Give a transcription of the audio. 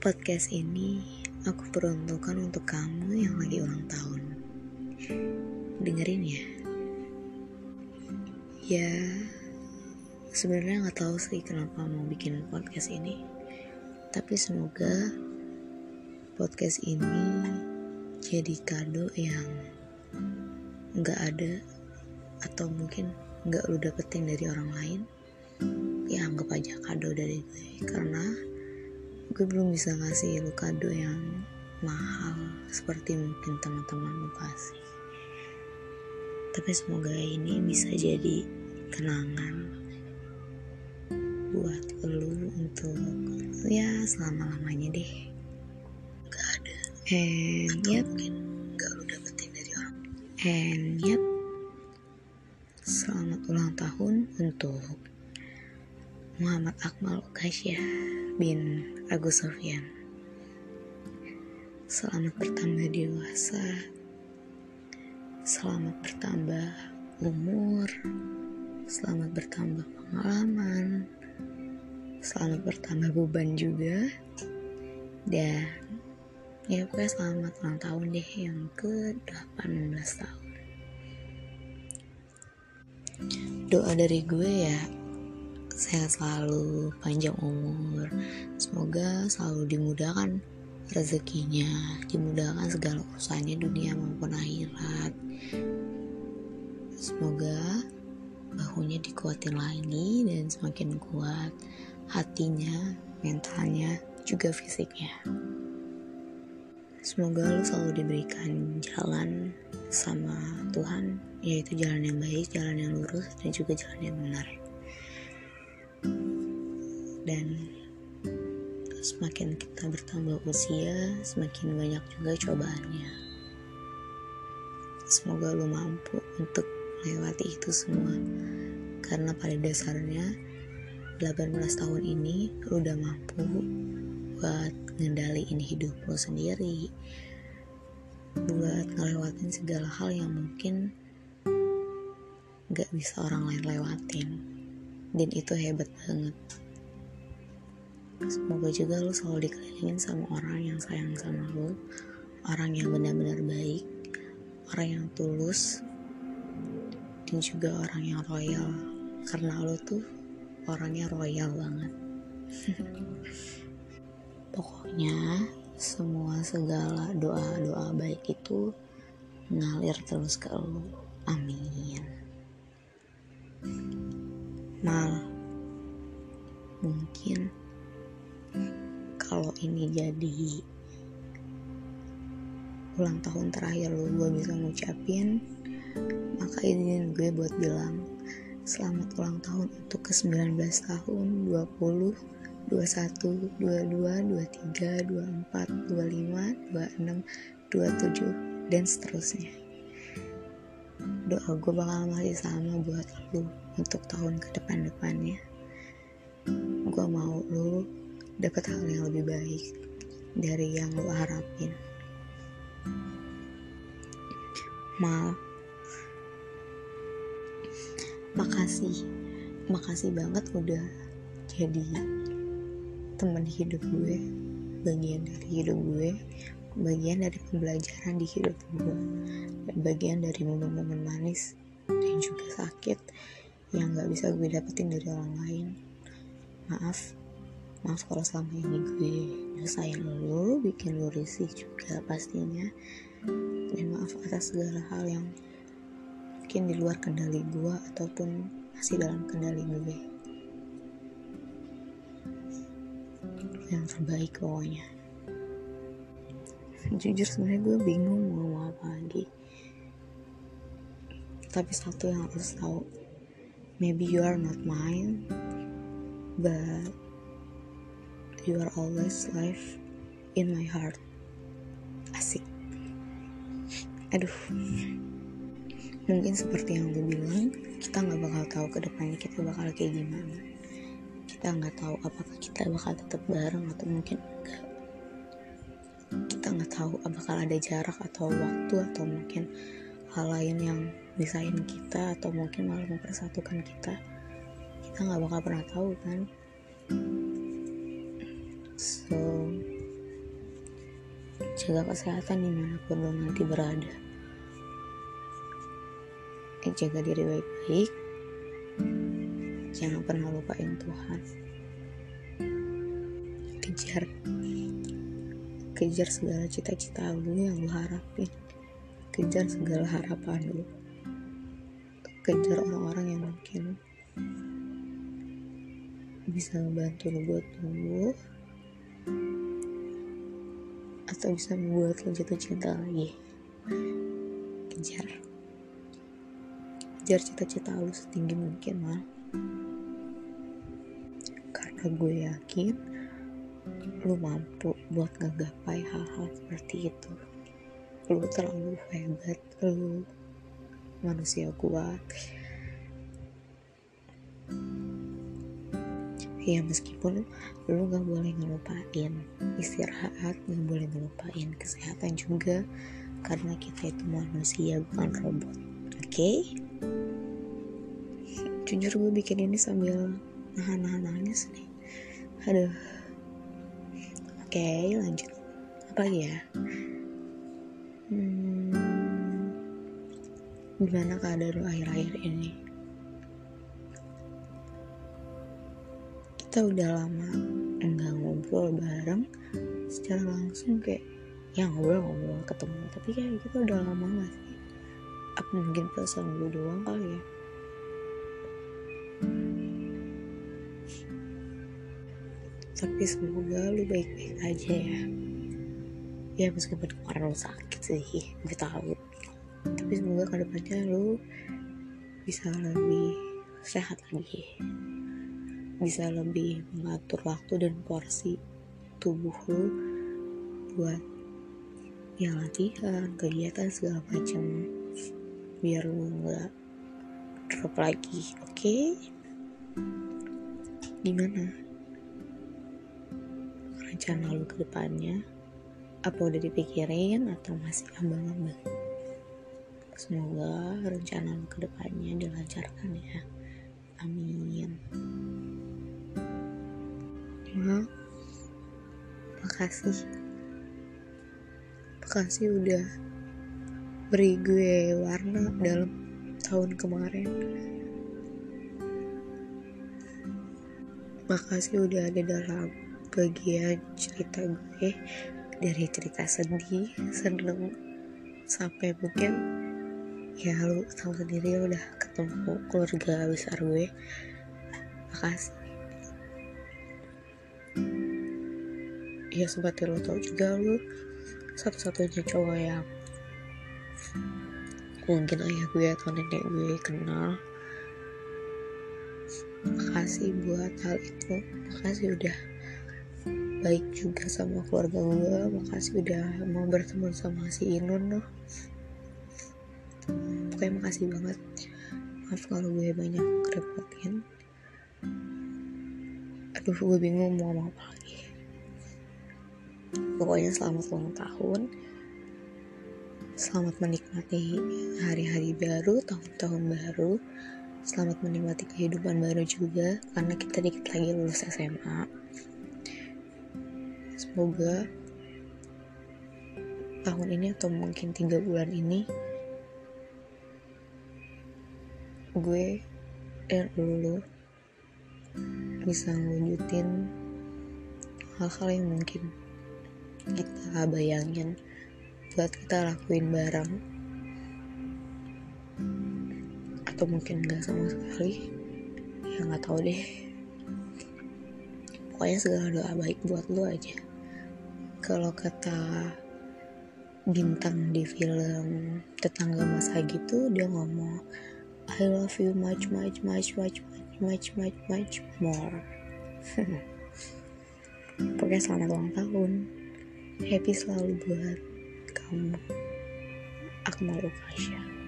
Podcast ini aku peruntukkan untuk kamu yang lagi ulang tahun. Dengerin ya. Ya, sebenarnya nggak tahu sih kenapa mau bikin podcast ini. Tapi semoga podcast ini jadi kado yang nggak ada atau mungkin nggak lu dapetin dari orang lain. Ya anggap aja kado dari gue, karena gue belum bisa ngasih lu kado yang mahal seperti mungkin teman-teman lu kasih. Tapi semoga ini bisa jadi kenangan buat lu untuk ya selama-lamanya deh. Gak ada. And yep, gak lu dapetin dari orang. And yep, selamat ulang tahun untuk Muhammad Akmal Okasya bin Agus Sofyan. Selamat bertambah dewasa, selamat bertambah umur, selamat bertambah pengalaman, selamat bertambah beban juga. Dan ya pokoknya selamat ulang tahun deh yang ke-18 tahun. Doa dari gue ya, sehat selalu, panjang umur, semoga selalu dimudahkan rezekinya, dimudahkan segala urusannya dunia maupun akhirat. Semoga bahunya dikuatin lagi dan semakin kuat hatinya, mentalnya, juga fisiknya. Semoga lu selalu diberikan jalan sama Tuhan, yaitu jalan yang baik, jalan yang lurus, dan juga jalan yang benar. Dan semakin kita bertambah usia, semakin banyak juga cobaannya. Semoga lu mampu untuk melewati itu semua, karena pada dasarnya 18 tahun ini lu udah mampu buat ngendaliin hidup lu sendiri, buat ngelewatin segala hal yang mungkin gak bisa orang lain lewatin. Dan itu hebat banget. Semoga juga lu selalu dikelilingin sama orang yang sayang sama lu, orang yang benar-benar baik, orang yang tulus, dan juga orang yang royal, karena lu tuh orangnya royal banget. Pokoknya semua segala doa-doa baik itu ngalir terus ke lu. Amin. Mal, mungkin kalau ini jadi ulang tahun terakhir lu gue bisa ngucapin, maka izinin gue buat bilang selamat ulang tahun untuk ke-19 tahun, 20, 21, 22, 23, 24, 25, 26, 27, dan seterusnya. Doa gue bakal masih sama buat lu untuk tahun ke depan-depannya. Gue mau lu dapat hal yang lebih baik dari yang lu harapin. Mal, makasih banget udah jadi teman hidup gue, bagian dari hidup gue, bagian dari pembelajaran di hidup gue, dan bagian dari momen-momen manis dan juga sakit yang gak bisa gue dapetin dari orang lain. Maaf kalau selama ini gue nyusahin lu, bikin lu risih juga pastinya. Dan maaf atas segala hal yang mungkin di luar kendali gue ataupun masih dalam kendali gue. Yang terbaik pokoknya. Jujur sebenarnya gue bingung mau ngomong apa lagi. Tapi satu yang harus tahu, maybe you are not mine, but you are always live in my heart. Asik. Aduh. Mungkin seperti yang gue bilang, kita gak bakal tahu ke depannya kita bakal kayak gimana. Kita gak tahu apakah kita bakal tetap bareng atau mungkin enggak. Kita gak tahu apakah ada jarak atau waktu atau mungkin hal lain yang misahin kita atau mungkin malah mempersatukan kita. Kita gak bakal pernah tahu kan. So Jaga kesehatan dimanapun lo nanti berada. Jaga diri baik-baik. Jangan pernah lupain Tuhan. Kejar segala cita-cita lu yang lu harapin. Kejar segala harapan lu. Kejar orang-orang yang mungkin bisa membantu lu buat tumbuh atau bisa membuat lu jatuh cinta lagi. Kejar cita-cita lu setinggi mungkin lah. Karena gue yakin lu mampu buat ngegapai hal-hal seperti itu. Lu terlalu hebat, lu manusia kuat. Ya meskipun lu gak boleh ngelupain istirahat, gak boleh ngelupain kesehatan juga, karena kita itu manusia bukan robot. Oke? Jujur gue bikin ini sambil nahan nangis nih. Aduh. Oke, lanjut. Apa lagi ya? Gimana keadaan lu akhir-akhir ini? Kita udah lama enggak ngobrol bareng secara langsung, kayak ya ngobrol ketemu, tapi kayak kita udah lama gak sih? Apa mungkin perasaan lu doang kali ya? Tapi semoga lu baik-baik aja ya. Ya meskipun kemarin lu sakit sih, gue tahu. Tapi semoga kedepannya lu bisa lebih sehat lagi, bisa lebih mengatur waktu dan porsi tubuh lu buat ya latihan, kegiatan segala macam, biar lu nggak drop lagi. Oke? Gimana rencana lu ke depannya? Apa udah dipikirin atau masih ambang-ambang? Semoga rencana lu ke depannya dilancarkan ya. Amin. Makasih udah beri gue warna dalam tahun kemarin. Makasih udah ada dalam bagian cerita gue, dari cerita sedih, seneng, sampai mungkin ya lu tahu sendiri udah ketemu keluarga besar gue. Makasih. Ya seperti lo tau juga, lu satu-satunya cowok yang mungkin ayah gue atau nenek gue kenal. Makasih buat hal itu. Makasih udah baik juga sama keluarga gue. Makasih udah mau bertemu sama si Inun loh. Pokoknya makasih banget. Maaf kalau gue banyak ngerepotin. Aduh, gue bingung mau ngomong apa lagi. Pokoknya selamat ulang tahun. Selamat menikmati hari-hari baru, tahun-tahun baru. Selamat menikmati kehidupan baru juga, karena kita dikit lagi lulus SMA. Semoga tahun ini atau mungkin 3 bulan ini gue dan lu bisa ngelanjutin hal-hal yang mungkin kita bayangin buat kita lakuin bareng, atau mungkin gak sama sekali, ya gak tahu deh. Pokoknya segala doa baik buat lu aja. Kalau kata bintang di film Tetangga Mas Hagi tuh, dia ngomong I love you much more. Pokoknya selamat ulang tahun. Happy selalu buat kamu. Akmal Ukasha.